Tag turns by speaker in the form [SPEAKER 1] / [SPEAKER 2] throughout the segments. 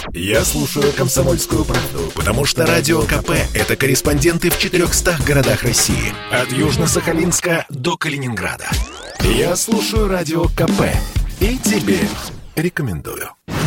[SPEAKER 1] Я слушаю «Комсомольскую правду», потому что Радио КП – это корреспонденты в 400 городах России. От Южно-Сахалинска до Калининграда. Я слушаю Радио КП и тебе рекомендую.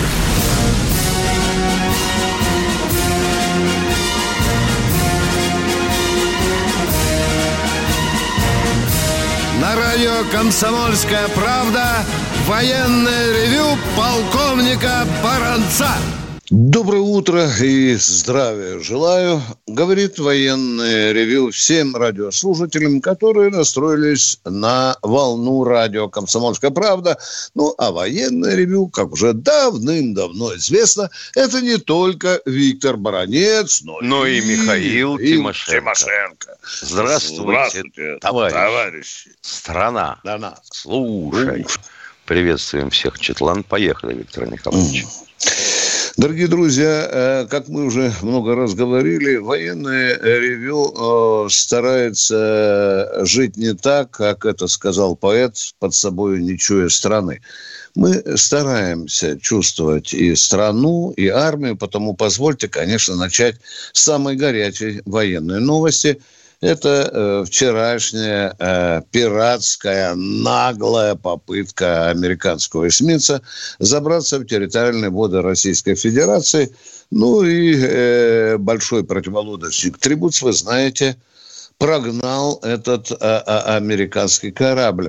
[SPEAKER 2] На радио «Комсомольская правда» военное ревю полковника Баранца. Доброе утро и здравия желаю, говорит военное ревю всем радиослушателям, которые настроились на волну радио «Комсомольская правда». Ну, а военное ревю, как уже давным-давно известно, это не только Виктор Баранец, но и Михаил Тимошенко.
[SPEAKER 3] Здравствуйте, товарищи. Страна. Слушай. Приветствуем всех, Четлан. Поехали, Виктор Николаевич.
[SPEAKER 2] Дорогие друзья, как мы уже много раз говорили, военное ревю старается жить не так, как это сказал поэт, под собой не чуя страны. Мы стараемся чувствовать и страну, и армию, потому позвольте, конечно, начать с самой горячей военной новости. Это вчерашняя пиратская, наглая попытка американского эсминца забраться в территориальные воды Российской Федерации. Ну и большой противолодочник «Трибуц», вы знаете, прогнал этот американский корабль.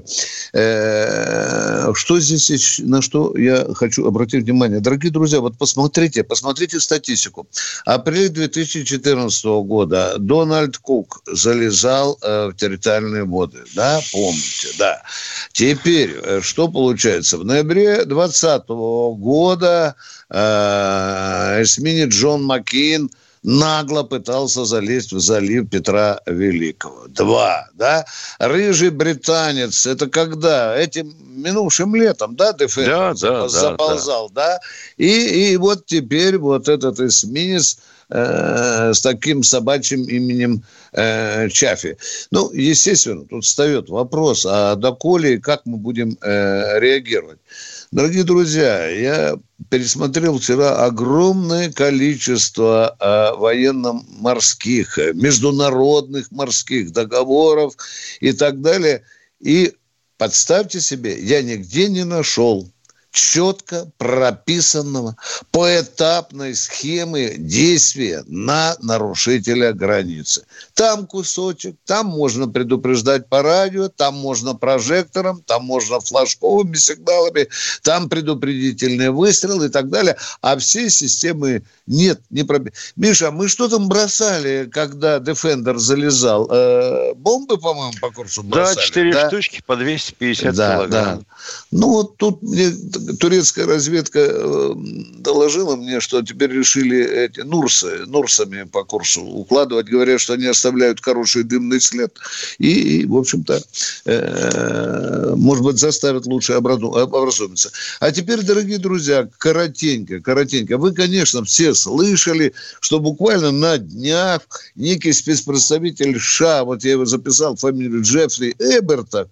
[SPEAKER 2] Что здесь, на что я хочу обратить внимание? Дорогие друзья, вот посмотрите статистику. Апрель 2014 года Дональд Кук залезал в территориальные воды. Да, помните, да. Теперь, что получается? В ноябре 2020 года эсминец Джон Маккейн нагло пытался залезть в залив Петра Великого. 2, да? Рыжий британец, это когда? Этим минувшим летом, да, Дефендер заползал, да? И вот теперь вот этот эсминец с таким собачьим именем Чаффи. Ну, естественно, тут встает вопрос, а доколе и как мы будем реагировать? Дорогие друзья, я пересмотрел вчера огромное количество военно-морских, международных морских договоров и так далее. И представьте себе, я нигде не нашел четко прописанного поэтапной схемы действия на нарушителя границы. Там кусочек, там можно предупреждать по радио, там можно прожектором, там можно флажковыми сигналами, там предупредительные выстрелы и так далее. А все системы нет, не прописаны. Миша, мы что там бросали, когда Defender залезал? Бомбы, по-моему, по курсу бросали?
[SPEAKER 3] Да, 4 штучки по 250 килограмм. Да.
[SPEAKER 2] Ну, вот тут мне турецкая разведка доложила мне, что теперь решили эти нурсами по курсу укладывать. Говорят, что они оставляют хороший дымный след. И в общем-то, может быть, заставят лучше образумиться. А теперь, дорогие друзья, коротенько. Вы, конечно, все слышали, что буквально на днях некий спецпредставитель США, вот я его записал, фамилию Джеффри Эберта,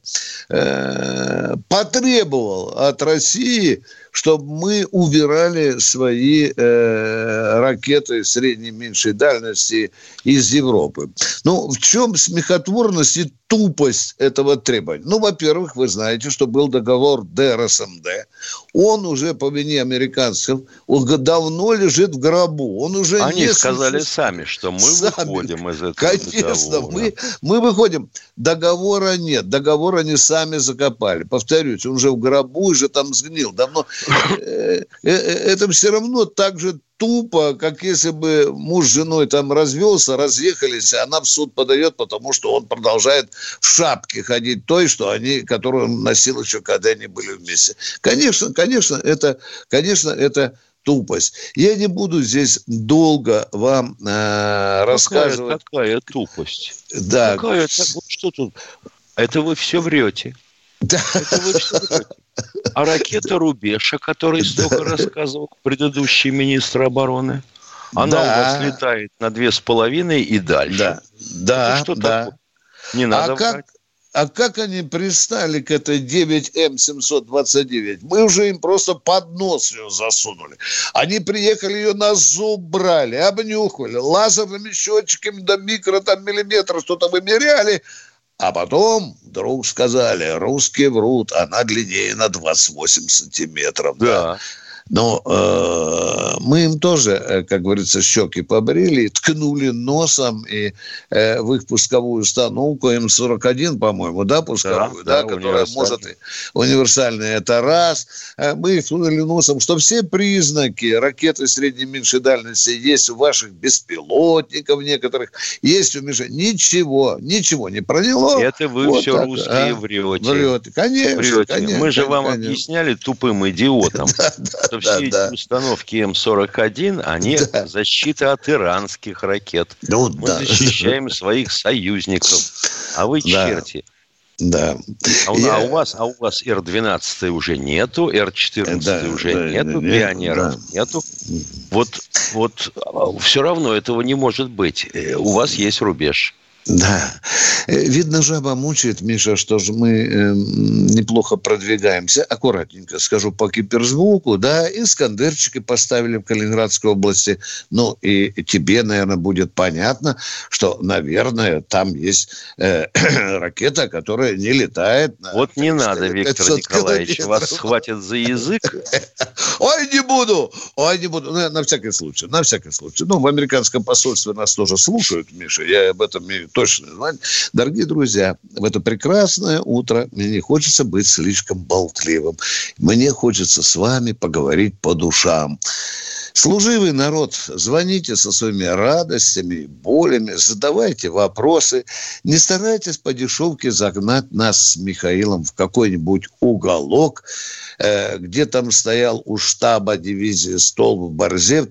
[SPEAKER 2] потребовал от России, чтобы мы убирали свои ракеты средней и меньшей дальности из Европы. Ну, в чем смехотворность и тупость этого требования? Ну, во-первых, вы знаете, что был договор ДРСМД. Он уже по вине американцев давно лежит в гробу. Он уже
[SPEAKER 3] Они сказали сами, что мы выходим из этого договора.
[SPEAKER 2] Конечно, мы выходим. Договора нет. Договор они сами закопали. Повторюсь, он уже в гробу, уже там сгнил. Давно. Это все равно так же тупо, как если бы муж с женой там развелся, разъехались, а она в суд подает, потому что он продолжает в шапке ходить той, которую он носил еще, когда они были вместе. Конечно, это тупость. Я не буду здесь долго вам рассказывать.
[SPEAKER 3] Какая тупость?
[SPEAKER 2] Да.
[SPEAKER 3] Что тут? Это вы все врете.
[SPEAKER 2] Да.
[SPEAKER 3] Это вы все врете. А ракета «Рубеж», о которой столько рассказывал предыдущий министр обороны, она у вас летает на 2,5 и дальше.
[SPEAKER 2] Да.
[SPEAKER 3] Это что такое? Не надо врать.
[SPEAKER 2] А как они пристали к этой 9М729? Мы уже им просто под нос ее засунули. Они приехали, ее на зуб брали, обнюхали, лазерными счетчиками до миллиметра что-то вымеряли. А потом вдруг сказали, русские врут, она длиннее на 28 сантиметров. Да. Но мы им тоже, как говорится, щеки побрили, ткнули носом и в их пусковую установку М41, по-моему, да, пусковую, да, которая может... Универсальная, это раз. Мы их ткнули носом, что все признаки ракеты средней и меньшей дальности есть у ваших беспилотников некоторых, есть у Миши. Ничего не проняло.
[SPEAKER 3] Это вы вот все так, русские врете.
[SPEAKER 2] Конечно, конечно.
[SPEAKER 3] Мы же вам объясняли тупым идиотам, что все эти установки М41, они защита от иранских ракет. Мы защищаем своих союзников. А вы черти.
[SPEAKER 2] Да.
[SPEAKER 3] А у вас Р-12 уже нету, Р-14 уже нету, пионеров нету. Вот все равно этого не может быть. У вас есть рубеж.
[SPEAKER 2] Да. Видно, жаба мучает, Миша, что же мы неплохо продвигаемся. Аккуратненько скажу по киберзвуку, да, искандерчики поставили в Калининградской области. Ну, и тебе, наверное, будет понятно, что, наверное, там есть ракета, которая не летает.
[SPEAKER 3] Вот не надо, Виктор Николаевич, вас схватят за язык.
[SPEAKER 2] Ой, не буду. На всякий случай. Ну, в американском посольстве нас тоже слушают, Миша, я об этом имею точно знать. Дорогие друзья, в это прекрасное утро мне не хочется быть слишком болтливым. Мне хочется с вами поговорить по душам. Служивый народ, звоните со своими радостями, болями, задавайте вопросы. Не старайтесь по дешевке загнать нас с Михаилом в какой-нибудь уголок, где там стоял у штаба дивизии столб в Борзе в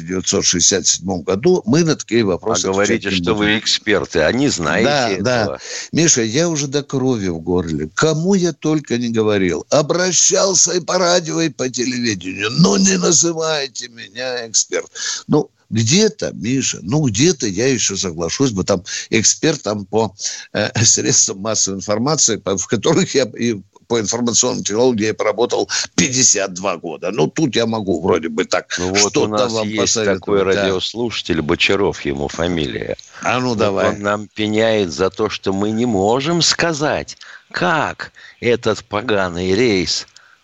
[SPEAKER 2] 1967 году. Мы на такие вопросы...
[SPEAKER 3] А говорите, что вы эксперты, а не знаете этого. Да.
[SPEAKER 2] Mиша, я уже до крови в горле. Кому я только не говорил. Обращался и по радио, и по телевидению. Но не называйте меня эксперт. Ну, где-то, Миша, где-то я еще соглашусь, бы там экспертом по средствам массовой информации, в которых я и по информационным технологиям я поработал 52 года. Ну, тут я могу вроде бы так что-то вам посоветовать.
[SPEAKER 3] У нас есть такой радиослушатель, Бочаров ему фамилия.
[SPEAKER 2] Давай.
[SPEAKER 3] Он нам пеняет за то, что мы не можем сказать, как этот поганый рейс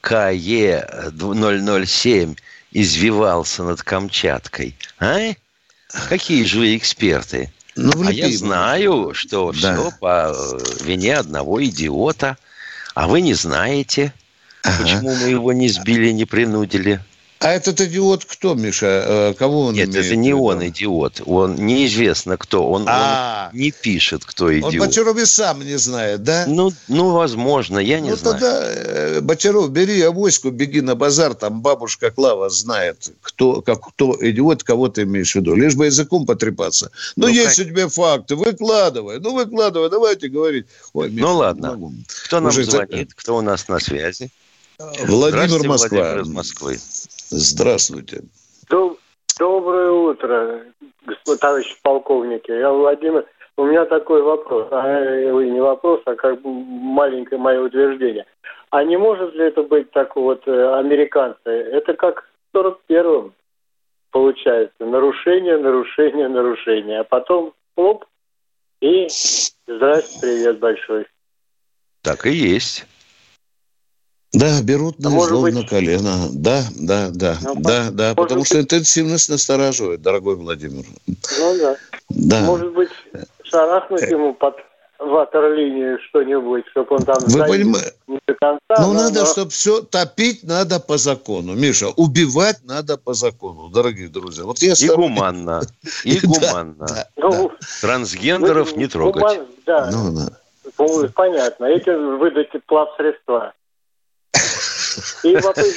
[SPEAKER 3] КЕ-007 извивался над Камчаткой. Какие же вы эксперты? Я знаю, что все по вине одного идиота. А вы не знаете, почему мы его не сбили, не принудили.
[SPEAKER 2] А этот идиот кто, Миша? Кого он имеет?
[SPEAKER 3] Нет, это не он идиот. Он неизвестно кто. Он не пишет, кто идиот.
[SPEAKER 2] Он Бочаров и сам не знает, да?
[SPEAKER 3] Ну, возможно, я не знаю.
[SPEAKER 2] Тогда, Бочаров, бери авоську, беги на базар, там бабушка Клава знает, кто идиот, кого ты имеешь в виду. Лишь бы языком потрепаться. Есть у тебя факты, выкладывай, давайте говорить. Ой, Миша,
[SPEAKER 3] ладно. Кто нам звонит? Кто у нас на связи?
[SPEAKER 2] Владимир Москва.
[SPEAKER 3] Владимир из Москвы.
[SPEAKER 2] Здравствуйте.
[SPEAKER 4] Доброе утро, товарищи полковники. Я Владимир. У меня такой вопрос. Не вопрос, а как бы маленькое мое утверждение. А не может ли это быть так вот американцы? Это как в 41-м получается. Нарушение. А потом хлоп и здрасте, привет большой.
[SPEAKER 3] Так и есть.
[SPEAKER 2] Да, берут на излом на колено. Да, потому что интенсивность настораживает, дорогой Владимир. Да.
[SPEAKER 4] Может быть, шарахнуть ему под ватерлинию что-нибудь, чтобы он там
[SPEAKER 2] не до конца. Надо, чтобы все топить надо по закону. Миша, убивать надо по закону, дорогие друзья. Вот я
[SPEAKER 3] гуманно. Трансгендеров не трогать.
[SPEAKER 4] Понятно. Эти выдать плавсредства. И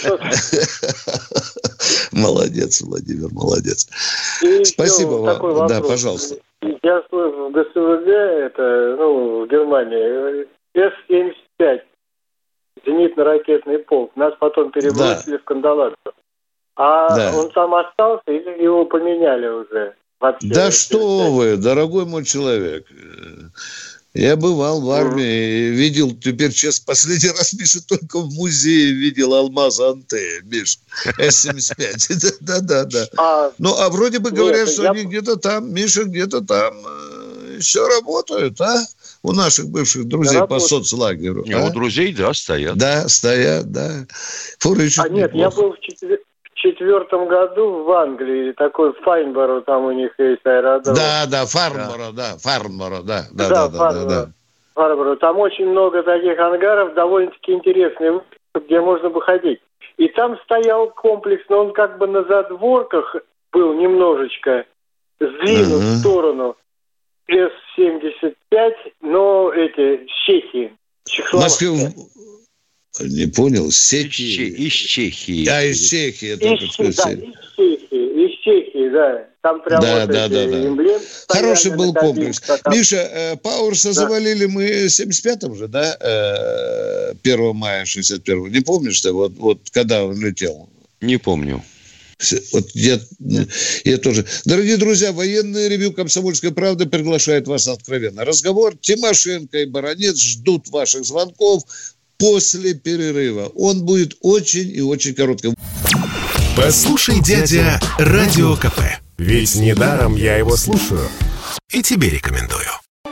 [SPEAKER 2] молодец, Владимир, молодец.
[SPEAKER 4] И
[SPEAKER 2] спасибо вам. Да, пожалуйста.
[SPEAKER 4] Я служу в ГСВГ, в Германии, С-75, зенитно-ракетный полк. Нас потом перебросили в Кандалакшу. Он там остался или его поменяли уже?
[SPEAKER 2] Вообще, что вы, дорогой мой человек. Я бывал в армии, видел, теперь сейчас последний раз, Миша, только в музее видел алмаз Антея, Миш, С-75. Да. Ну, а вроде бы говорят, что они где-то там, Миша, где-то там еще работают, а? У наших бывших друзей по соцлагерю.
[SPEAKER 3] У друзей, да, стоят.
[SPEAKER 2] Да, стоят, да.
[SPEAKER 4] Нет, я был в 2004 году в Англии, такой Файнборо, там у них есть аэродром.
[SPEAKER 2] Да, Фарнборо, да.
[SPEAKER 4] Фарнборо. Там очень много таких ангаров, довольно-таки интересные, где можно бы ходить. И там стоял комплекс, но он как бы на задворках был немножечко сдвинут в сторону. С-75, но Чехии.
[SPEAKER 2] Москве... Не понял,
[SPEAKER 3] из Чехии.
[SPEAKER 2] Из Чехии.
[SPEAKER 4] Из Чехии, да. Там прям эмблем.
[SPEAKER 2] Хороший был комплекс. Миша, Пауэрса завалили мы в 75-м же, да? 1 мая 61-го. Не помнишь ты, вот когда он летел?
[SPEAKER 3] Не помню.
[SPEAKER 2] Вот я тоже. Дорогие друзья, военное ревью «Комсомольской правды» приглашает вас на откровенно разговор. Тимошенко и Баранец ждут ваших звонков после перерыва. Он будет очень и очень коротким.
[SPEAKER 1] Послушай, дядя, Радио КП. Ведь недаром я его слушаю. И тебе рекомендую.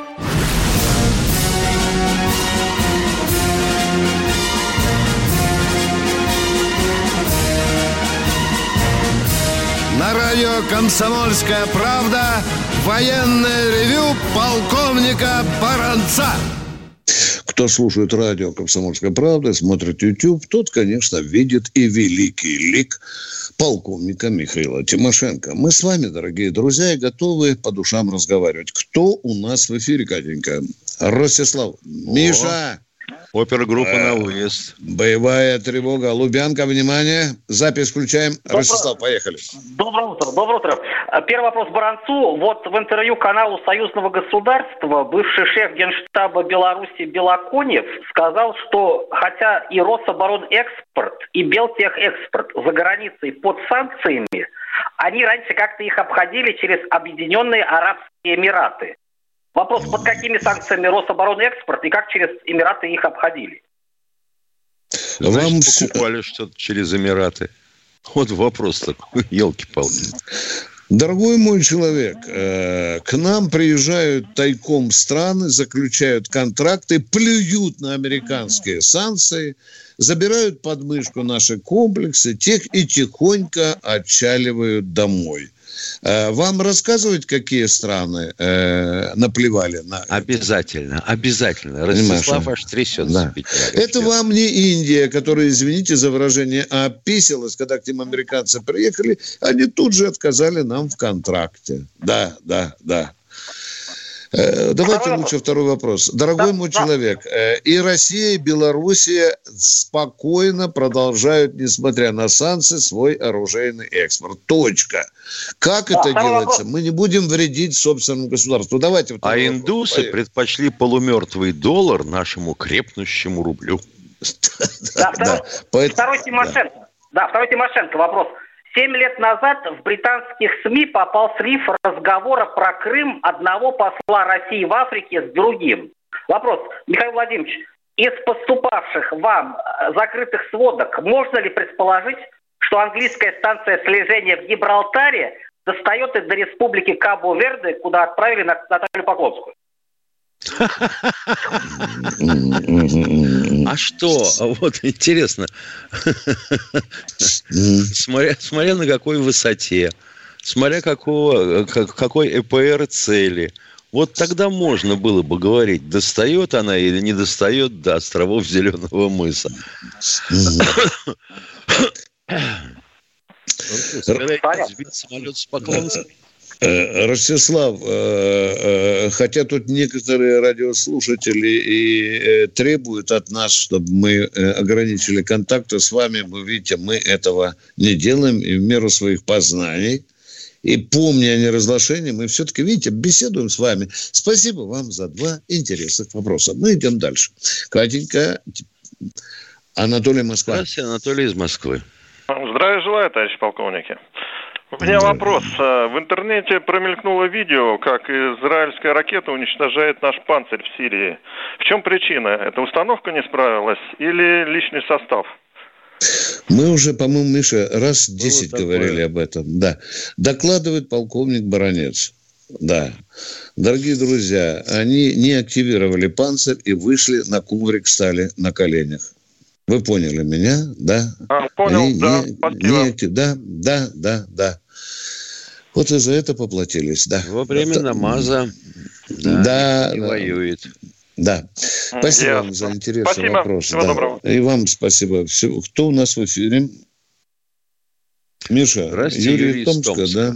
[SPEAKER 2] На радио «Комсомольская правда» военное ревю полковника Баранца. Кто слушает радио «Комсомольская правда», смотрит YouTube, тот, конечно, видит и великий лик полковника Михаила Тимошенко. Мы с вами, дорогие друзья, готовы по душам разговаривать. Кто у нас в эфире, Катенька? Ростислав. Миша.
[SPEAKER 3] Опергруппа на выезд.
[SPEAKER 2] Боевая тревога. Лубянка, внимание. Запись включаем. Ростислав, поехали.
[SPEAKER 5] Доброе утро. Первый вопрос Баранцу. Вот в интервью каналу Союзного государства бывший шеф Генштаба Беларуси Белоконев сказал, что хотя и Рособоронэкспорт, и Белтехэкспорт за границей под санкциями, они раньше как-то их обходили через Объединенные Арабские Эмираты. Вопрос, под какими санкциями Рособоронэкспорт и как через Эмираты их обходили?
[SPEAKER 3] Вам покупали что-то через Эмираты? Вот вопрос такой, елки-палки.
[SPEAKER 2] Дорогой мой человек, к нам приезжают тайком страны, заключают контракты, плюют на американские санкции, забирают под мышку наши комплексы, и тихонько отчаливают домой. Вам рассказывать, какие страны наплевали на
[SPEAKER 3] Обязательно. Ростислав аж трясется.
[SPEAKER 2] Да. Это вам не Индия, которая, извините за выражение, описалась, когда к ним американцы приехали, они тут же отказали нам в контракте. Да. Давайте лучше второй вопрос. Дорогой мой человек, и Россия, и Белоруссия спокойно продолжают, несмотря на санкции, свой оружейный экспорт. Точка. Как это делается? Мы не будем вредить собственному государству. Давайте
[SPEAKER 3] А индусы предпочли полумертвый доллар нашему крепнущему рублю.
[SPEAKER 5] Второй Тимошенко вопрос. 7 лет назад в британских СМИ попал слив разговора про Крым одного посла России в Африке с другим. Вопрос, Михаил Владимирович, из поступавших вам закрытых сводок можно ли предположить, что английская станция слежения в Гибралтаре достает и до республики Кабо-Верде, куда отправили Наталью Поклонскую?
[SPEAKER 3] А что? Вот интересно. Смотря на какой высоте, смотря какой ЭПР цели. Вот тогда можно было бы говорить, достает она или не достает до островов Зеленого мыса. Сбить самолет с Поклонской.
[SPEAKER 2] Ростислав, хотя тут некоторые радиослушатели и требуют от нас, чтобы мы ограничили контакты с вами, вы видите, мы этого не делаем, и в меру своих познаний, и помня о неразглашении, мы все-таки, видите, беседуем с вами. Спасибо вам за 2 интересных вопроса. Мы идем дальше. Катенька, Анатолий, Москва.
[SPEAKER 3] Здравствуйте, Анатолий из Москвы.
[SPEAKER 6] Здравия желаю, товарищи полковники. У меня вопрос. В интернете промелькнуло видео, как израильская ракета уничтожает наш «Панцирь» в Сирии. В чем причина? Это установка не справилась или личный состав?
[SPEAKER 2] Мы уже, по-моему, Миша, раз 10 говорили об этом. Да. Докладывает полковник Баранец. Да. Дорогие друзья, они не активировали «Панцирь» и вышли на коврик, стали на коленях. Вы поняли меня, да?
[SPEAKER 6] Понял,
[SPEAKER 2] они
[SPEAKER 6] да, спасибо.
[SPEAKER 2] Да. Вот и за это поплатились, да.
[SPEAKER 3] Во время намаза не воюет.
[SPEAKER 2] Да. Спасибо вам за интересный вопрос.
[SPEAKER 6] Всего доброго.
[SPEAKER 2] И вам спасибо. Кто у нас в эфире? Миша, Юрий из Томска, да?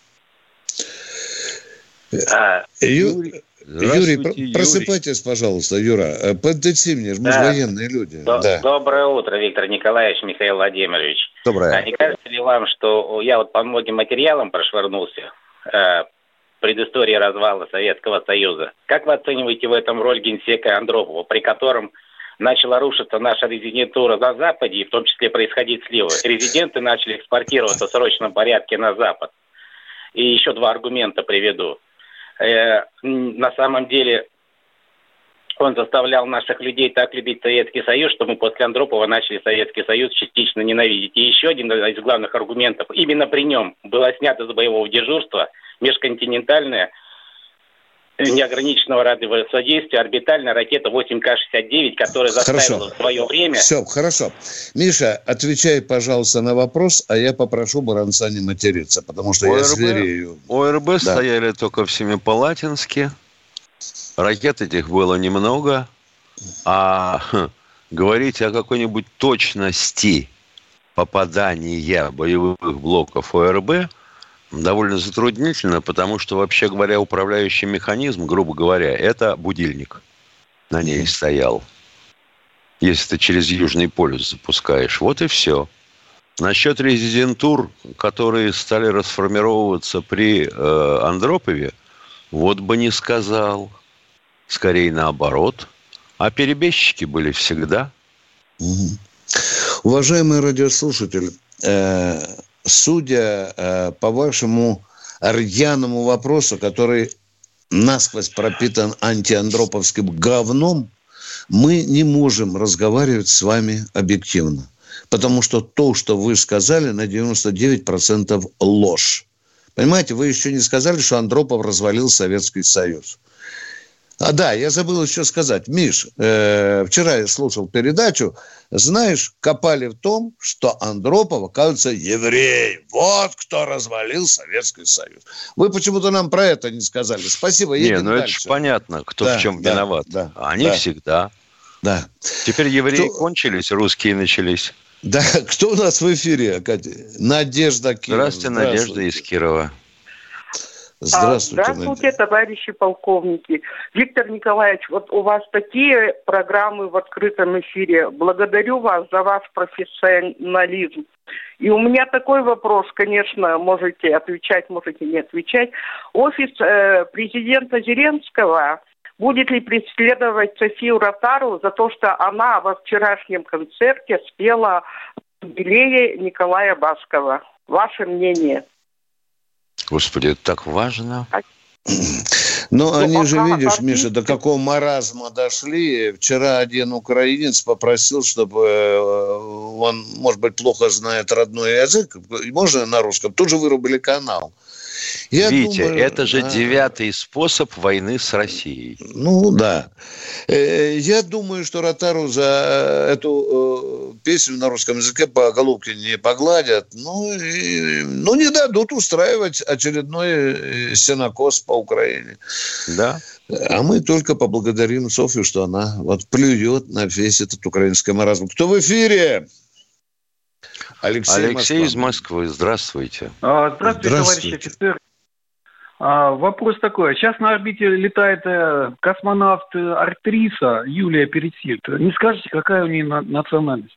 [SPEAKER 2] Юрий, просыпайтесь, пожалуйста, Юра. Подойди мне, мы же военные люди.
[SPEAKER 7] Доброе утро, Виктор Николаевич, Михаил Владимирович.
[SPEAKER 3] Доброе.
[SPEAKER 7] Не кажется ли вам, что я по многим материалам прошвырнулся? Предыстория развала Советского Союза. Как вы оцениваете в этом роль генсека Андропова, при котором начала рушиться наша резидентура на Западе, и в том числе происходить сливы? Резиденты начали экспортироваться в срочном порядке на Запад. И еще два аргумента приведу. На самом деле он заставлял наших людей так любить Советский Союз, что мы после Андропова начали Советский Союз частично ненавидеть. И еще один из главных аргументов. Именно при нем было снято с боевого дежурства межконтинентальная неограниченного радиосодействия орбитальная ракета 8К-69, которая заставила в свое время...
[SPEAKER 2] Все, хорошо. Миша, отвечай, пожалуйста, на вопрос, а я попрошу Баранца не материться, потому что я зверею.
[SPEAKER 3] ОРБ стояли только в Семипалатинске. Ракет этих было немного. А говорить о какой-нибудь точности попадания боевых блоков ОРБ довольно затруднительно, потому что, вообще говоря, управляющий механизм, грубо говоря, это будильник. На ней стоял. Если ты через Южный полюс запускаешь. Вот и все. Насчет резидентур, которые стали расформировываться при Андропове, вот бы не сказал. Скорее наоборот. А перебежчики были всегда.
[SPEAKER 2] Уважаемый радиослушатель, судя по вашему рьяному вопросу, который насквозь пропитан антиандроповским говном, мы не можем разговаривать с вами объективно. Потому что то, что вы сказали, на 99% ложь. Понимаете, вы еще не сказали, что Андропов развалил Советский Союз. Да, я забыл еще сказать. Миш, вчера я слушал передачу. Знаешь, копали в том, что Андропов, оказывается, еврей. Вот кто развалил Советский Союз. Вы почему-то нам про это не сказали. Спасибо, едем дальше.
[SPEAKER 3] Это же понятно, кто в чем виноват. Они всегда.
[SPEAKER 2] Да.
[SPEAKER 3] Теперь евреи кончились, русские начались.
[SPEAKER 2] Да, кто у нас в эфире, Катя? Надежда Кирова.
[SPEAKER 3] Здравствуйте, Надежда из Кирова.
[SPEAKER 8] Здравствуйте, товарищи полковники. Виктор Николаевич, вот у вас такие программы в открытом эфире. Благодарю вас за ваш профессионализм. И у меня такой вопрос, конечно, можете отвечать, можете не отвечать. Офис президента Зеленского будет ли преследовать Софию Ротару за то, что она во вчерашнем концерте спела в юбилее Николая Баскова? Ваше мнение?
[SPEAKER 3] Господи, это так важно.
[SPEAKER 2] Но они же, видишь, Миша, до какого маразма дошли. Вчера один украинец попросил, чтобы он, может быть, плохо знает родной язык, можно на русском, тут же вырубили канал.
[SPEAKER 3] Витя, это же 9-й способ войны с Россией.
[SPEAKER 2] Ну, да. Я думаю, что Ротару за эту песню на русском языке по головке не погладят. Ну, не дадут устраивать очередной сенокос по Украине.
[SPEAKER 3] Да.
[SPEAKER 2] А мы только поблагодарим Софью, что она вот плюет на весь этот украинский маразм. Кто в эфире?
[SPEAKER 3] Алексей из Москвы. Здравствуйте.
[SPEAKER 9] Здравствуйте, товарищ офицер. Вопрос такой. Сейчас на орбите летает космонавт актриса Юлия Пересильд. Не скажете, какая у нее национальность?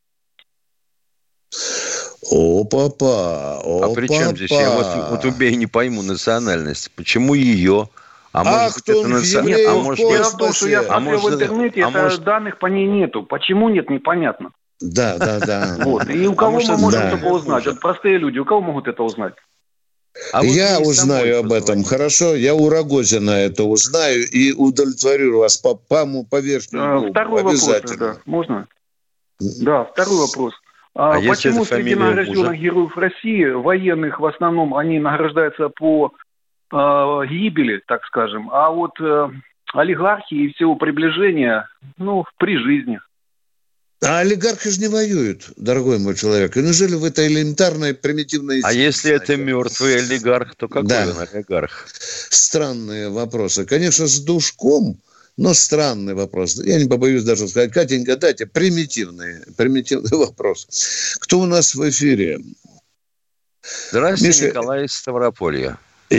[SPEAKER 2] Опа-па.
[SPEAKER 3] А при чем здесь? Я вот убей, не пойму национальность. Почему ее?
[SPEAKER 8] Дело в том, что я смотрел в интернете, данных по ней нету. Почему нет, непонятно.
[SPEAKER 2] Да.
[SPEAKER 8] Вот. И у кого мы можем это узнать? Вот простые люди, у кого могут это узнать?
[SPEAKER 2] Я узнаю об этом, хорошо? Я у Рогозина это узнаю и удовлетворю вас по верхнему.
[SPEAKER 9] Второй вопрос, да, можно? Да, второй вопрос. Почему среди награжденных героев России, военных в основном, они награждаются по гибели, так скажем, а вот олигархи и всего приближения, при жизни?
[SPEAKER 2] А олигархи же не воюют, дорогой мой человек. И неужели в этой элементарной, примитивной...
[SPEAKER 3] А если это мертвый олигарх, то какой он олигарх?
[SPEAKER 2] Странные вопросы. Конечно, с душком, но странный вопрос. Я не побоюсь даже сказать. Катенька, дайте примитивный вопрос. Кто у нас в эфире?
[SPEAKER 3] Здравствуйте, Миша... Николай из Ставрополья.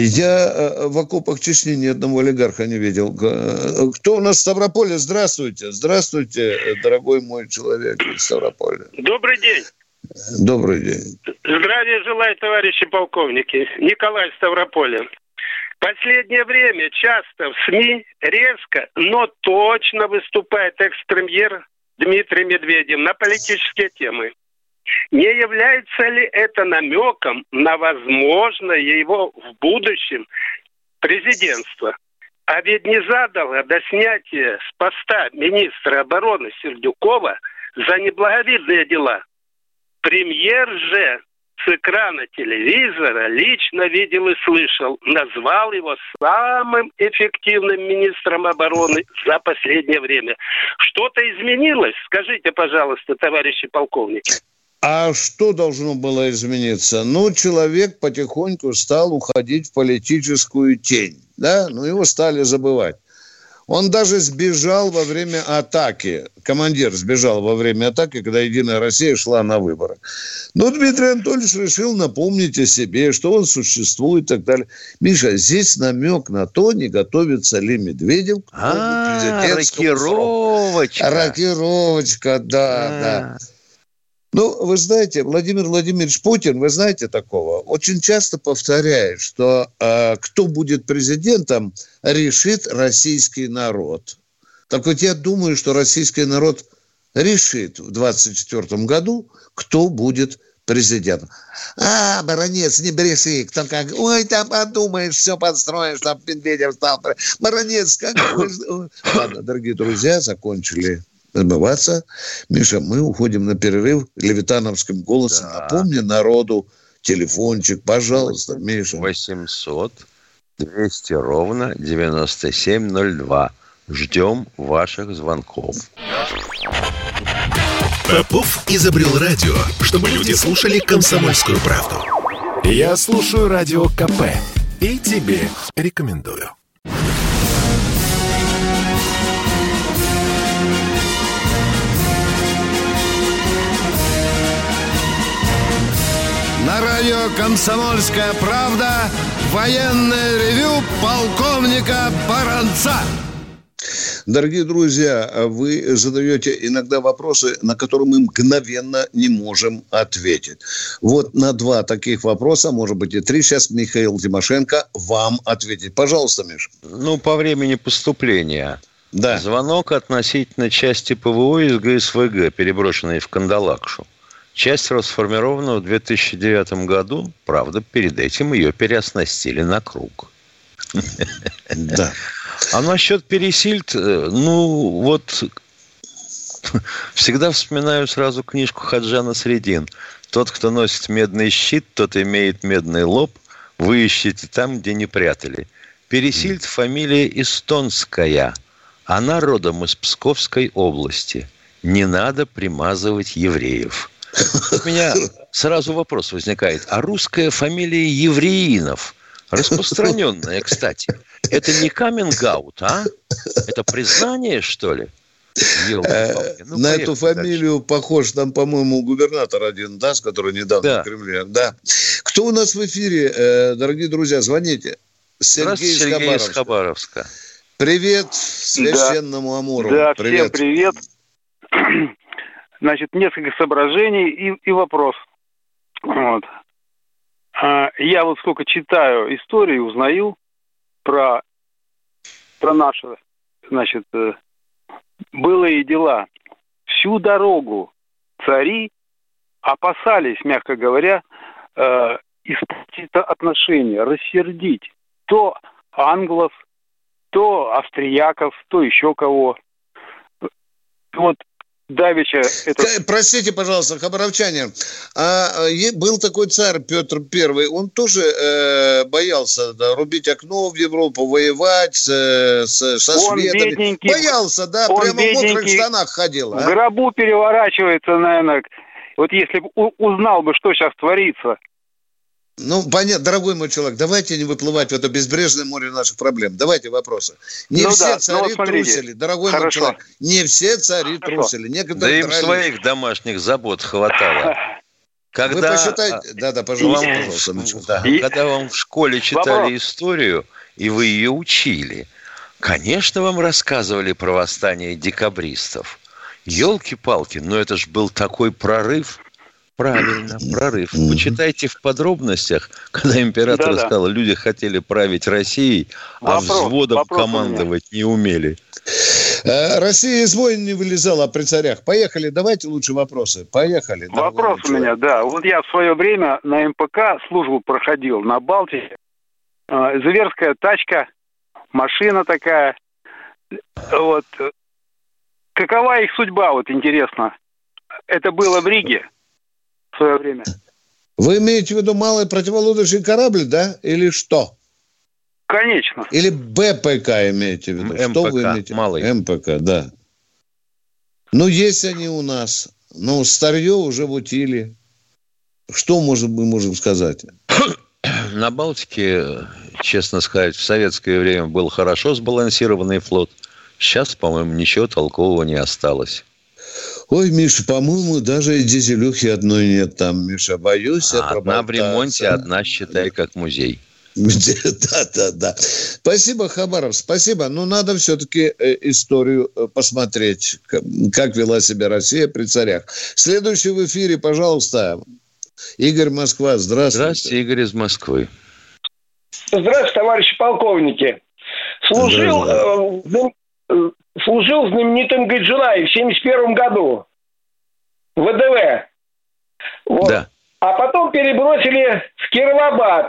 [SPEAKER 2] Я в окопах Чечни ни одного олигарха не видел. Кто у нас в Ставрополе? Здравствуйте. Здравствуйте, дорогой мой человек из Ставрополя.
[SPEAKER 10] Добрый день.
[SPEAKER 2] Добрый день.
[SPEAKER 10] Здравия желаю, товарищи полковники. Николай из Ставрополя. В последнее время часто в СМИ резко, но точно выступает экс-премьер Дмитрий Медведев на политические темы. Не является ли это намеком на возможное его в будущем президентство? А ведь незадолго до снятия с поста министра обороны Сердюкова за неблаговидные дела премьер же с экрана телевизора лично видел и слышал, назвал его самым эффективным министром обороны за последнее время. Что-то изменилось? Скажите, пожалуйста, товарищи полковники.
[SPEAKER 2] А что должно было измениться? Человек потихоньку стал уходить в политическую тень. Да? Его стали забывать. Он даже сбежал во время атаки. Командир сбежал во время атаки, когда «Единая Россия» шла на выборы. Дмитрий Анатольевич решил напомнить о себе, что он существует и так далее. Миша, здесь намек на то, не готовится ли Медведев к президентскому сроку. Рокировочка, да. Вы знаете, Владимир Владимирович Путин, вы знаете такого, очень часто повторяет, что кто будет президентом, решит российский народ. Так вот я думаю, что российский народ решит в 2024 году, кто будет президентом. Баранец, не бреши, кто как, там подумаешь, все подстроишь, там Медведев стал. Баранец, как... Ладно, дорогие друзья, закончили отбываться. Миша, мы уходим на перерыв левитановским голосом. Да. Напомни народу телефончик, пожалуйста, Миша.
[SPEAKER 3] 800-200-97-02. Ждем ваших звонков.
[SPEAKER 1] Попов изобрел радио, чтобы люди слушали «Комсомольскую правду». Я слушаю радио КП и тебе рекомендую.
[SPEAKER 2] На радио «Комсомольская правда» военное ревю полковника Баранца. Дорогие друзья, вы задаете иногда вопросы, на которые мы мгновенно не можем ответить. Вот на 2 таких вопроса, может быть и 3, сейчас Михаил Тимошенко вам ответит. Пожалуйста, Миша.
[SPEAKER 3] По времени поступления.
[SPEAKER 2] Да.
[SPEAKER 3] Звонок относительно части ПВО из ГСВГ, переброшенной в Кандалакшу. Часть расформирована в 2009 году. Правда, перед этим ее переоснастили на круг.
[SPEAKER 2] Да.
[SPEAKER 3] А насчет Пересильд, всегда вспоминаю сразу книжку Хаджана Средин. Тот, кто носит медный щит, тот имеет медный лоб. Вы ищете там, где не прятали. Пересильд фамилия эстонская. Она родом из Псковской области. Не надо примазывать евреев. У меня сразу вопрос возникает. А русская фамилия Евреинов, распространенная, кстати, это не каминг-аут, а? Это признание, что ли?
[SPEAKER 2] На эту фамилию похож там, по-моему, губернатор один, с который недавно в Кремле. Да. Кто у нас в эфире, дорогие друзья? Звоните.
[SPEAKER 3] Сергей из Хабаровска.
[SPEAKER 2] Привет священному Амуру.
[SPEAKER 11] Да, привет. Всем привет. Значит, несколько соображений и вопрос. Я сколько читаю истории, узнаю про наши, былые дела. Всю дорогу цари опасались, мягко говоря, испортить это отношение, рассердить то англов, то австрияков, то еще кого. Вот давеча...
[SPEAKER 2] Простите, пожалуйста, хабаровчане, был такой царь Петр I, он тоже боялся рубить окно в Европу, воевать со шведами. Боялся, да, прямо в мокрых штанах ходил.
[SPEAKER 11] В гробу переворачивается, наверное. Вот если бы узнал бы, что сейчас творится.
[SPEAKER 2] Ну, понятно, дорогой мой человек, давайте не выплывать в это безбрежное море наших проблем. Давайте вопросы. Не все цари трусили, дорогой мой человек. Не все цари трусили.
[SPEAKER 3] Да им своих домашних забот хватало. Когда...
[SPEAKER 2] Вы посчитайте... Да, пожалуйста.
[SPEAKER 3] Когда вам в школе читали историю, и вы ее учили, конечно, вам рассказывали про восстание декабристов. Ёлки-палки, но это ж был такой прорыв. Правильно, прорыв. Почитайте в подробностях, когда император сказал, люди хотели править Россией, а взводом командовать не умели.
[SPEAKER 2] Россия из войн не вылезала при царях. Поехали, давайте лучше вопросы. Поехали.
[SPEAKER 11] Вопрос у меня, да. Вот я в свое время на МПК службу проходил на Балтике. Зверская тачка, машина такая. Вот. Какова их судьба, вот интересно? Это было в Риге. В свое время.
[SPEAKER 2] Вы имеете в виду малый противолодочный корабль, да? Или что?
[SPEAKER 11] Конечно.
[SPEAKER 2] Или БПК имеете в виду?
[SPEAKER 3] МПК,
[SPEAKER 2] что вы имеете?
[SPEAKER 3] Малый.
[SPEAKER 2] МПК, да. Ну, есть они у нас. Ну, старье уже в утиле. Что мы можем сказать?
[SPEAKER 3] На Балтике, честно сказать, в советское время был хорошо сбалансированный флот. Сейчас, по-моему, ничего толкового не осталось.
[SPEAKER 2] Ой, Миша, по-моему, даже и дизелюхи одной нет там, Миша. Боюсь я проболтаться.
[SPEAKER 3] Одна в ремонте, одна, считай, как музей.
[SPEAKER 2] Да. Спасибо, Хабаров, спасибо. Но надо все-таки историю посмотреть, как вела себя Россия при царях. Следующий в эфире, пожалуйста, Игорь, Москва. Здравствуйте.
[SPEAKER 3] Здравствуйте, Игорь из Москвы.
[SPEAKER 12] Здравствуйте, товарищи полковники. Служил знаменитым Гаджинаев в 1971 году в ВДВ. Вот. Да. А потом перебросили в Кировабад,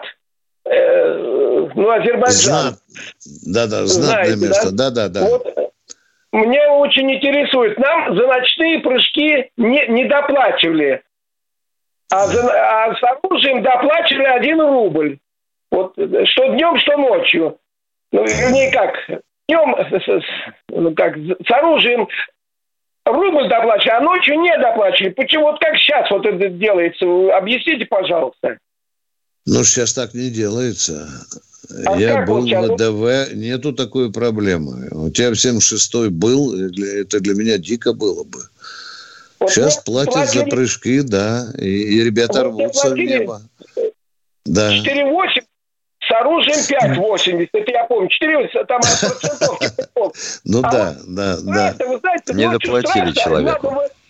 [SPEAKER 12] Азербайджан.
[SPEAKER 2] Знатное место. Да.
[SPEAKER 12] Вот. Меня очень интересует. Нам за ночные прыжки не доплачивали. А с оружием доплачивали 1 рубль. Вот, что днем, что ночью. Вернее, как... Днем с оружием рубль доплачивали, а ночью не доплачивали. Почему? Вот как сейчас вот это делается? Объясните, пожалуйста.
[SPEAKER 2] Ну, сейчас так не делается. Я был в ВДВ, нету такой проблемы. У тебя в 76-й был, это для меня дико было бы. Вот сейчас платят за прыжки, да, и ребята рвутся в небо. Да.
[SPEAKER 12] 4,8. С оружием 5,80, это я помню. 4, там процентовки.
[SPEAKER 2] Ну да.
[SPEAKER 3] Не доплатили человеку.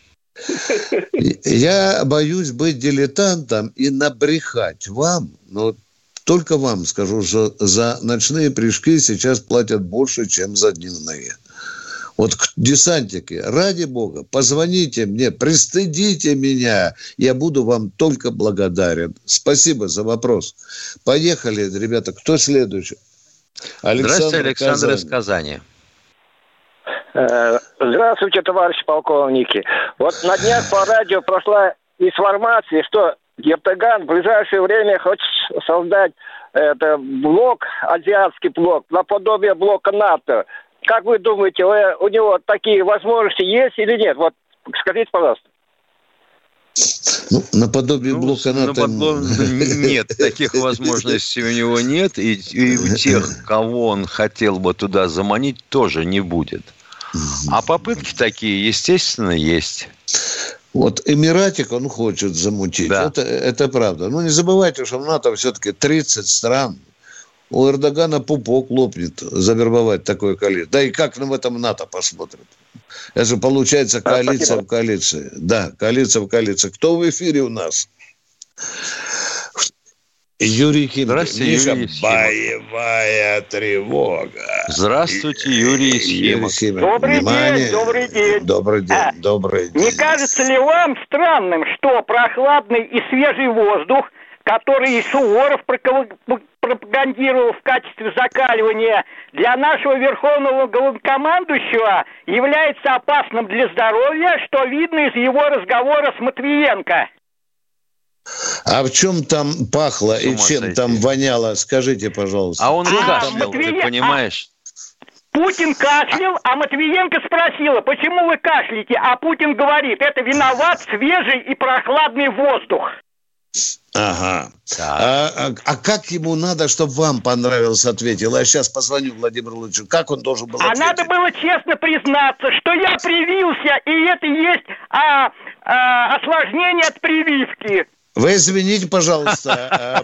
[SPEAKER 2] Я боюсь быть дилетантом и набрехать вам, но только вам скажу, что за ночные прыжки сейчас платят больше, чем за дневные. Вот десантники, ради бога, позвоните мне, пристыдите меня, я буду вам только благодарен. Спасибо за вопрос. Поехали, ребята. Кто следующий?
[SPEAKER 3] Здравствуйте, Александр из Казани.
[SPEAKER 13] Здравствуйте, товарищи полковники. Вот на днях по радио прошла информация, что Эрдоган в ближайшее время хочет создать блок, азиатский блок, наподобие блока НАТО. Как вы думаете, у него такие возможности есть или нет? Вот скажите, пожалуйста.
[SPEAKER 2] Ну, наподобие блока НАТО...
[SPEAKER 3] Нет, таких возможностей у него нет. И у тех, кого он хотел бы туда заманить, тоже не будет. А попытки такие, естественно, есть.
[SPEAKER 2] Вот Эмиратик он хочет замутить. Да. Это правда. Но не забывайте, что в НАТО все-таки 30 стран. У Эрдогана пупок лопнет завербовать такое количество. Да и как нам в этом НАТО посмотрят? Это же получается коалиция в коалиции. Да, коалиция в коалиции. Кто в эфире у нас? Юрий Химки.
[SPEAKER 3] Здравствуйте,
[SPEAKER 2] Миша,
[SPEAKER 3] Юрий из
[SPEAKER 2] боевая тревога.
[SPEAKER 3] Здравствуйте, Юрий из Химок.
[SPEAKER 12] Добрый день.
[SPEAKER 2] Добрый день.
[SPEAKER 12] Не кажется ли вам странным, что прохладный и свежий воздух
[SPEAKER 14] который Суворов пропагандировал в качестве закаливания, для нашего верховного главнокомандующего является опасным для здоровья, что видно из его разговора с Матвиенко.
[SPEAKER 2] А в чем там пахло и чем там воняло, скажите, пожалуйста.
[SPEAKER 3] А он кашлял, ты понимаешь?
[SPEAKER 14] Путин кашлял, а Матвиенко спросила, почему вы кашляете? А Путин говорит, это виноват свежий и прохладный воздух.
[SPEAKER 2] Ага. А как ему надо, чтобы вам понравилось, ответил? Я сейчас позвоню Владимиру Владимировичу. Как он должен был ответить?
[SPEAKER 14] А надо было честно признаться, что я привился, и это есть осложнение от прививки.
[SPEAKER 2] Вы извините, пожалуйста,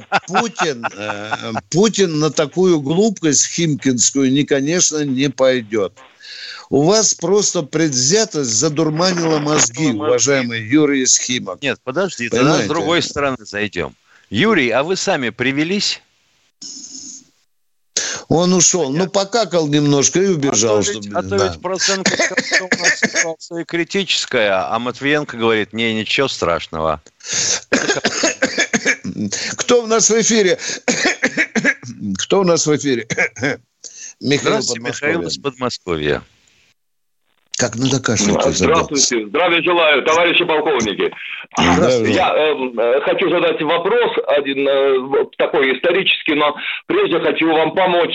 [SPEAKER 2] Путин на такую глупость химкинскую, конечно, не пойдет. У вас просто предвзятость задурманила мозги, уважаемый Юрий Схимок.
[SPEAKER 3] Нет, подожди, тогда с другой стороны зайдем. Юрий, а вы сами привелись?
[SPEAKER 2] Он ушел, покакал немножко и убежал.
[SPEAKER 3] Ведь процент у нас ситуация критическая, а Матвиенко говорит, ничего страшного.
[SPEAKER 2] Кто у нас в эфире?
[SPEAKER 3] Михаил из Подмосковья.
[SPEAKER 2] Как надо кашлять?
[SPEAKER 15] Здравствуйте. Здравия желаю, товарищи полковники. Я хочу задать вопрос, один такой исторический, но прежде хочу вам помочь.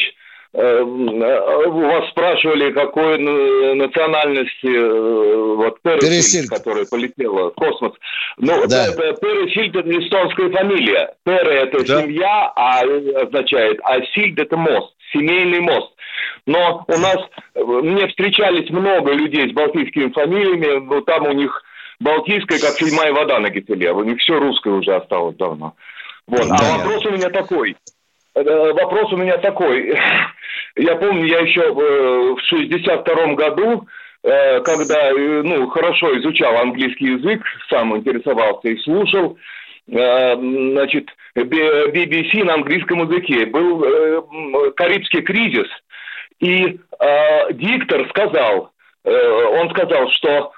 [SPEAKER 15] Вас спрашивали, какой национальности Перес Хильтон, которая полетела в космос. Перес Хильтон – эстонская фамилия. Пере – это семья, означает, а Хильд – это мост, семейный мост. Но у нас, мне встречались много людей с балтийскими фамилиями, но там у них балтийская, как седьмая вода на киселе, у них все русское уже осталось давно. А вопрос у меня такой. Я помню, я еще в 62-м году, когда хорошо изучал английский язык, сам интересовался и слушал, BBC на английском языке. Был Карибский кризис, и диктор сказал, что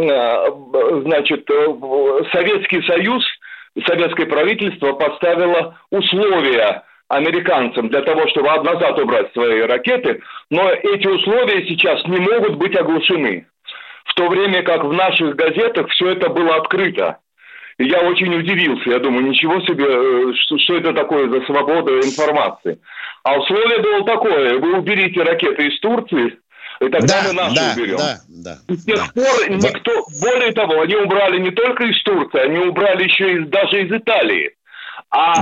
[SPEAKER 15] Советский Союз, советское правительство поставило условия американцам для того, чтобы назад убрать свои ракеты, но эти условия сейчас не могут быть оглашены. В то время как в наших газетах все это было открыто. И я очень удивился. Я думаю, ничего себе, что это такое за свобода информации. А условие было такое: вы уберите ракеты из Турции, и тогда мы наши уберем. И с тех пор никто... Более того, они убрали не только из Турции, они убрали еще даже из Италии. А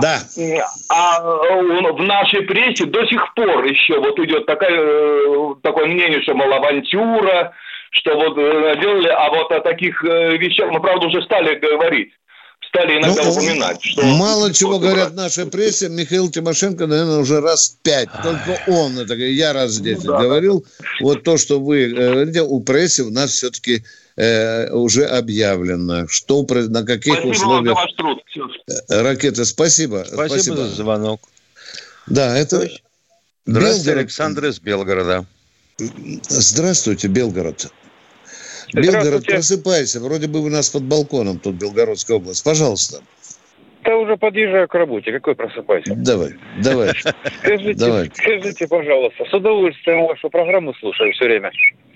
[SPEAKER 15] в нашей прессе до сих пор еще идет такое мнение, что, мол, авантюра, что делали, а о таких вещах мы, правда, уже стали говорить. Стали иногда упоминать. Что
[SPEAKER 2] мало чего говорят в нашей прессе. Михаил Тимошенко, наверное, уже раз 5. Только он, это я раз 10 говорил. Вот то, что вы говорите, у прессы у нас все-таки уже объявлено, что на каких условиях ракеты. Спасибо
[SPEAKER 3] за звонок.
[SPEAKER 2] Да, это...
[SPEAKER 3] Здравствуйте, Александр из Белгорода.
[SPEAKER 2] Здравствуйте, Белгород. Белгород, просыпайся. Вроде бы у нас под балконом тут Белгородская область. Пожалуйста.
[SPEAKER 16] Я уже подъезжаю к работе. Какой просыпайся?
[SPEAKER 2] Давай.
[SPEAKER 16] Скажите, пожалуйста, с удовольствием вашу программу слушаю все время.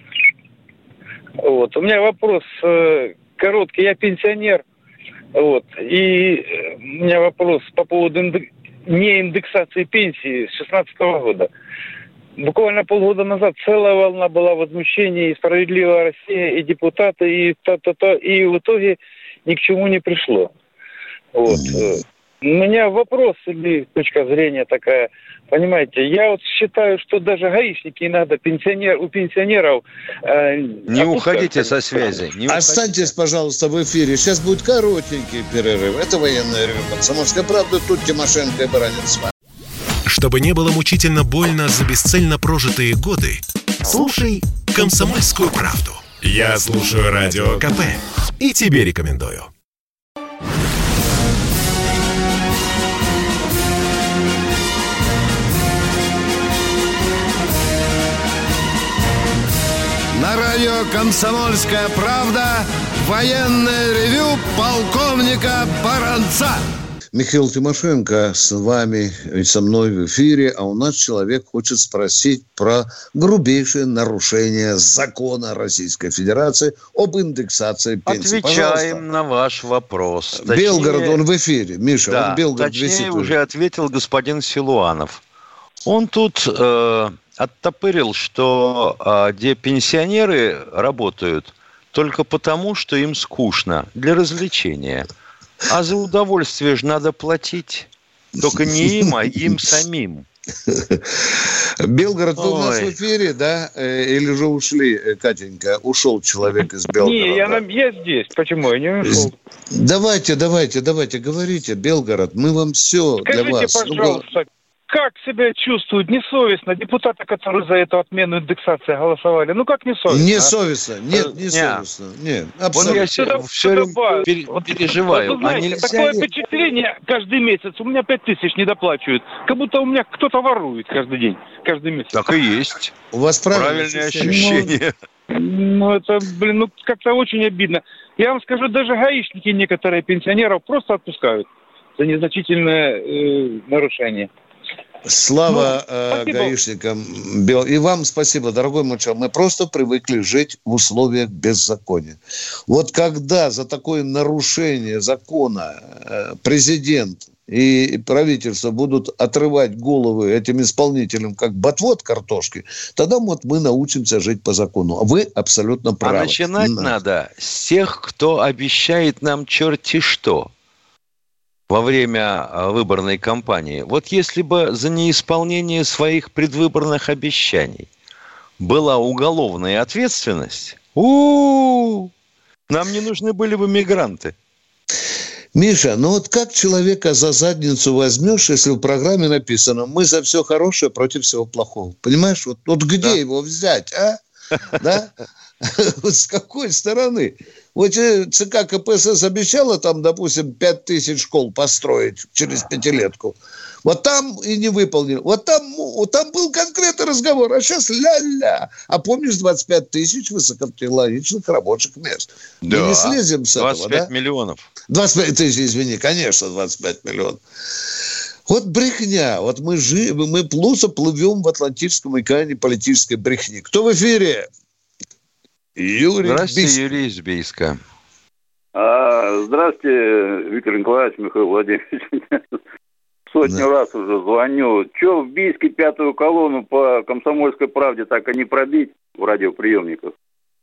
[SPEAKER 16] У меня вопрос короткий. Я пенсионер. И у меня вопрос по поводу неиндексации пенсии с 2016 года. Буквально полгода назад целая волна была возмущений, и «Справедливая Россия», и депутаты, и и в итоге ни к чему не пришло. У меня вопрос или точка зрения такая. Понимаете, я считаю, что даже гаишники иногда у пенсионеров...
[SPEAKER 3] Не уходите со связи.
[SPEAKER 2] Останьтесь, пожалуйста, в эфире. Сейчас будет коротенький перерыв. Это военное ревю «Комсомольская правда». Тут Тимошенко и Баранец с вами.
[SPEAKER 1] Чтобы не было мучительно больно за бесцельно прожитые годы, слушай «Комсомольскую правду». Я слушаю Радио КП и тебе рекомендую.
[SPEAKER 2] На радио «Комсомольская правда» военное ревю полковника Баранца. Михаил Тимошенко с вами и со мной в эфире, а у нас человек хочет спросить про грубейшее нарушение закона Российской Федерации об индексации пенсий.
[SPEAKER 3] Отвечаем, пожалуйста, на ваш вопрос. Точнее,
[SPEAKER 2] Белгород, он в эфире. Миша,
[SPEAKER 3] да,
[SPEAKER 2] он Белгород
[SPEAKER 3] точнее,
[SPEAKER 2] висит.
[SPEAKER 3] уже ответил господин Силуанов. Он тут оттопырил, что где пенсионеры работают только потому, что им скучно, для развлечения. А за удовольствие же надо платить. Только не им, а им самим.
[SPEAKER 2] Белгород, вы у нас в эфире, да? Или же ушли, Катенька? Ушел человек из Белгорода.
[SPEAKER 16] Не, я здесь. Почему? Я не ушел.
[SPEAKER 2] Давайте, говорите, Белгород. Мы вам все
[SPEAKER 16] Скажите,
[SPEAKER 2] для вас.
[SPEAKER 16] Пожалуйста, как себя чувствуют несовестно депутаты, которые за эту отмену индексации голосовали? Ну, как несовестно?
[SPEAKER 2] Несовестно. Нет, несовестно. Нет, абсолютно.
[SPEAKER 3] Я все время переживаю.
[SPEAKER 16] Вы знаете, такое впечатление каждый месяц. У меня 5000 не доплачивают. Как будто у меня кто-то ворует каждый день, каждый месяц.
[SPEAKER 3] Так и есть.
[SPEAKER 2] У вас
[SPEAKER 3] правильное ощущение.
[SPEAKER 16] Ну, это, как-то очень обидно. Я вам скажу, даже гаишники некоторые пенсионеров просто отпускают за незначительное нарушение.
[SPEAKER 2] Слава гаишникам. И вам спасибо, дорогой мой человек. Мы просто привыкли жить в условиях беззакония. Вот когда за такое нарушение закона президент и правительство будут отрывать головы этим исполнителям, как ботвот картошки, тогда вот мы научимся жить по закону. А вы абсолютно правы.
[SPEAKER 3] А начинать надо с тех, кто обещает нам черти что во время выборной кампании. Вот если бы за неисполнение своих предвыборных обещаний была уголовная ответственность, нам не нужны были бы мигранты.
[SPEAKER 2] Миша, ну вот как человека за задницу возьмешь, если в программе написано «мы за все хорошее против всего плохого»? Понимаешь? Вот где его взять, а? Да? С какой стороны? Вот ЦК КПСС обещала там, допустим, 5000 школ построить через пятилетку. Вот там и не выполнил. Вот там был конкретный разговор. А сейчас ля-ля. А помнишь 25 тысяч высокотехнологичных рабочих мест? Да. Мы не слезем с этого,
[SPEAKER 3] 25 миллионов.
[SPEAKER 2] 25 тысяч, извини, конечно, 25 миллионов. Вот брехня. Вот мы плохо плывем в Атлантическом океане политической брехни. Кто в эфире?
[SPEAKER 3] Здравствуйте, Юрий из Бийска.
[SPEAKER 11] Здравствуйте, Виктор Николаевич, Михаил Владимирович. Сотню раз уже звоню. Че в Бийске 5-ю колонну по «Комсомольской правде» так и не пробить в радиоприемниках?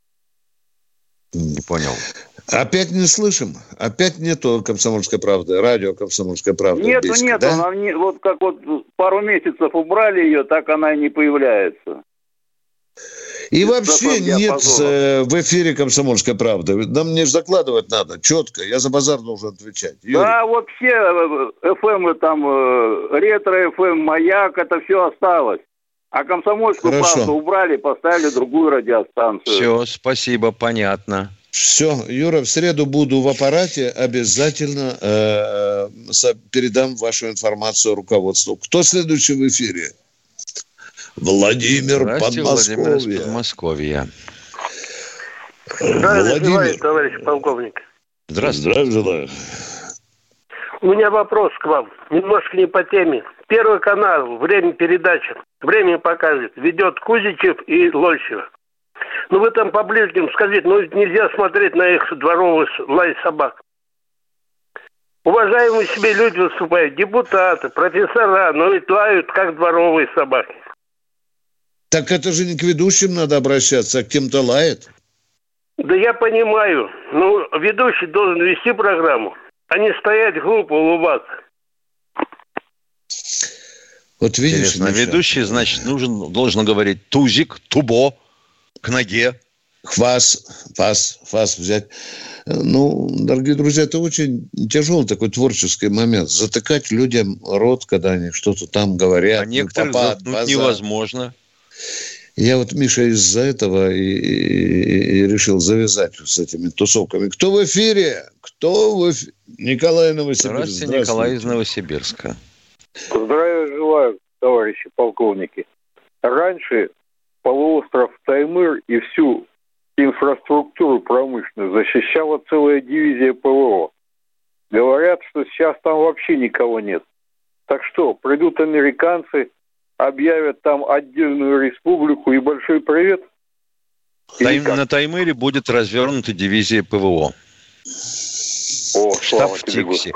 [SPEAKER 3] Не понял.
[SPEAKER 2] Опять не слышим? Опять нету «Комсомольской правды», радио «Комсомольская правда».
[SPEAKER 11] Нету. Да? Она вот как вот пару месяцев убрали ее, так она и не появляется.
[SPEAKER 2] И вообще нет в эфире «Комсомольской правды». Нам не закладывать надо, четко. Я за базар должен отвечать. Юрий.
[SPEAKER 11] Да, вот все ФМ, там, ретро-ФМ, «Маяк», это все осталось. А «Комсомольскую правду» убрали, поставили другую радиостанцию.
[SPEAKER 3] Все, спасибо, понятно.
[SPEAKER 2] Все, Юра, в среду буду в аппарате, обязательно передам вашу информацию руководству. Кто следующий в эфире? Владимир, Подмосковье.
[SPEAKER 4] Здравствуйте, товарищ полковник.
[SPEAKER 3] Здравствуйте.
[SPEAKER 2] Здравствуйте.
[SPEAKER 4] У меня вопрос к вам. Немножко не по теме. Первый канал, время передачи, время показывает, ведет Кузичев и Лосева. Ну, вы там по-ближнему скажите, нельзя смотреть на их дворовый лай собак. Уважаемые себе люди выступают, депутаты, профессора, но ведь лают, как дворовые собаки.
[SPEAKER 2] Так это же не к ведущим надо обращаться, а к кем-то лает.
[SPEAKER 4] Да я понимаю. Ну, ведущий должен вести программу, а не стоять глупо улыбаться.
[SPEAKER 2] Вот видишь,
[SPEAKER 3] интересно, ведущий, значит, должен говорить тузик, тубо, к ноге.
[SPEAKER 2] Фас взять. Ну, дорогие друзья, это очень тяжелый такой творческий момент. Затыкать людям рот, когда они что-то там говорят.
[SPEAKER 3] А некоторых заткнуть невозможно.
[SPEAKER 2] Я вот, Миша, из-за этого и решил завязать с этими тусовками. Кто в эфире? Николай Новосибирск.
[SPEAKER 3] Здравствуйте, Николай из Новосибирска.
[SPEAKER 17] Здравия желаю, товарищи полковники. Раньше полуостров Таймыр и всю инфраструктуру промышленную защищала целая дивизия ПВО. Говорят, что сейчас там вообще вообще никого нет. Так что, придут американцы, объявят там отдельную республику и большой привет?
[SPEAKER 3] На Таймыре будет развернута дивизия ПВО. Штаб в Тикси.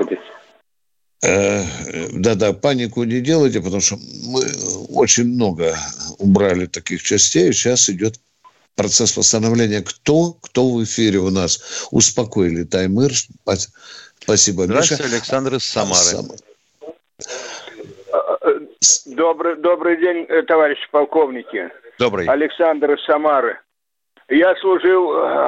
[SPEAKER 2] Да-да, панику не делайте, потому что мы очень много убрали таких частей. Сейчас идет процесс восстановления. Кто в эфире у нас? Успокоили Таймыр. Спасибо,
[SPEAKER 3] Здравствуйте,
[SPEAKER 2] Миша.
[SPEAKER 3] Александр из Самары.
[SPEAKER 18] Добрый день, товарищи полковники.
[SPEAKER 3] Добрый.
[SPEAKER 18] Александр из Самары. Я служил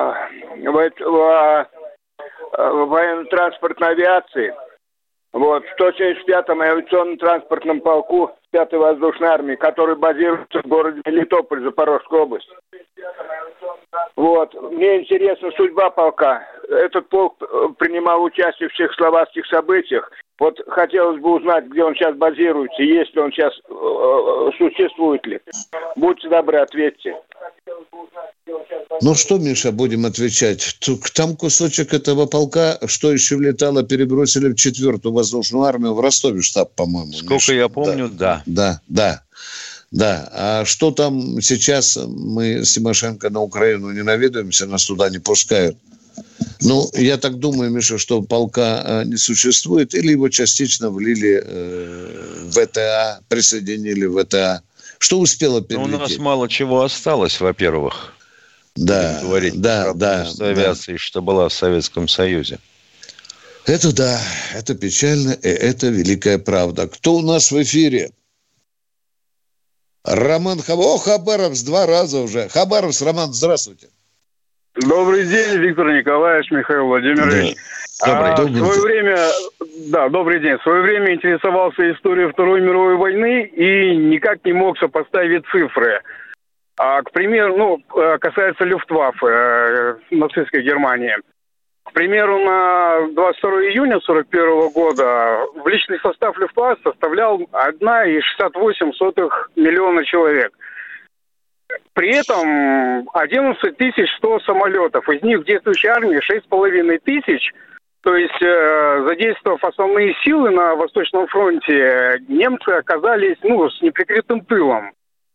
[SPEAKER 18] в военно-транспортной авиации. Вот, в 175-м авиационно-транспортном полку 5-й воздушной армии, который базируется в городе Мелитополь, Запорожская область. Вот, мне интересна судьба полка. Этот полк принимал участие в чехословацких событиях. Вот хотелось бы узнать, где он сейчас базируется, есть ли он сейчас, существует ли. Будьте добры, ответьте.
[SPEAKER 2] Ну что, Миша, будем отвечать. Там кусочек этого полка, что еще влетало, перебросили в 4-ю воздушную армию в Ростове штаб, по-моему.
[SPEAKER 3] Сколько
[SPEAKER 2] Миша.
[SPEAKER 3] я помню, да.
[SPEAKER 2] Да. А что там сейчас? Мы с Тимошенко на Украину не наведываемся, нас туда не пускают. Ну, я так думаю, Миша, что полка не существует, или его частично влили в ВТА, присоединили в ВТА. Что успело перелететь?
[SPEAKER 3] У нас мало чего осталось, во-первых.
[SPEAKER 2] Да,
[SPEAKER 3] авиации, что была в Советском Союзе.
[SPEAKER 2] Это печально, и это великая правда. Кто у нас в эфире? Роман Хабаровск 2 раза уже. Хабаровск, Роман, здравствуйте.
[SPEAKER 19] Добрый день, Виктор Николаевич, Михаил Владимирович. Добрый день. В свое время интересовался историей Второй мировой войны и никак не мог сопоставить цифры. К примеру, касается Люфтваффе, нацистской Германии. К примеру, на 22 июня 1941 года в личный состав Люфтваффе составлял 1,68 миллиона человек. При этом 11 100 самолетов. Из них в действующей армии 6,5 тысяч. То есть, задействовав основные силы на Восточном фронте, немцы оказались с неприкрытым тылом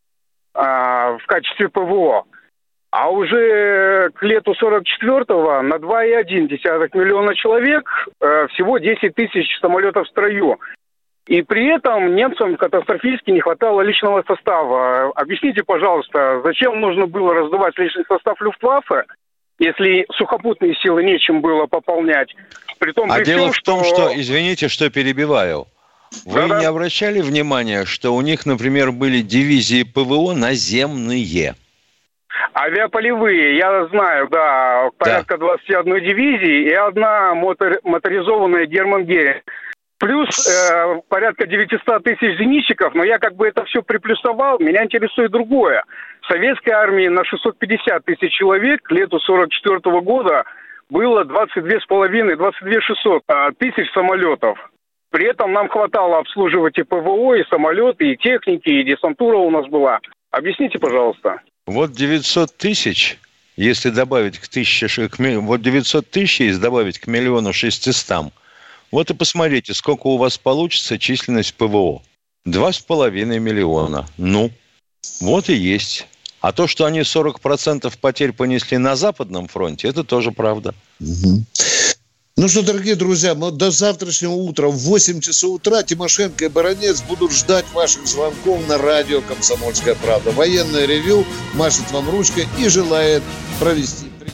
[SPEAKER 19] в качестве ПВО. А уже к лету 44-го на 2,1 миллиона человек всего 10 тысяч самолетов в строю. И при этом немцам катастрофически не хватало личного состава. Объясните, пожалуйста, зачем нужно было раздавать личный состав Люфтваффе, если сухопутные силы нечем было пополнять?
[SPEAKER 3] Дело в том, что, извините, что перебиваю, вы не обращали внимания, что у них, например, были дивизии ПВО наземные?
[SPEAKER 19] Авиаполевые, я знаю, порядка 21 дивизии и одна моторизованная Герман Геринг. Плюс порядка 900 тысяч зенитчиков, но я это все приплюсовал, меня интересует другое. В советской армии на 650 тысяч человек к лету 1944 года было 22 600 тысяч самолетов. При этом нам хватало обслуживать и ПВО, и самолеты, и техники, и десантура у нас была. Объясните, пожалуйста.
[SPEAKER 3] Вот 900 тысяч, если добавить к 900 тысяч, если добавить к 1 600 000, вот и посмотрите, сколько у вас получится численность ПВО. 2,5 миллиона. Вот и есть. А то, что они 40% потерь понесли на Западном фронте, это тоже правда.
[SPEAKER 2] Ну что, дорогие друзья, до завтрашнего утра в 8 часов утра Тимошенко и Баранец будут ждать ваших звонков на радио «Комсомольская правда». Военное ревью машет вам ручкой и желает провести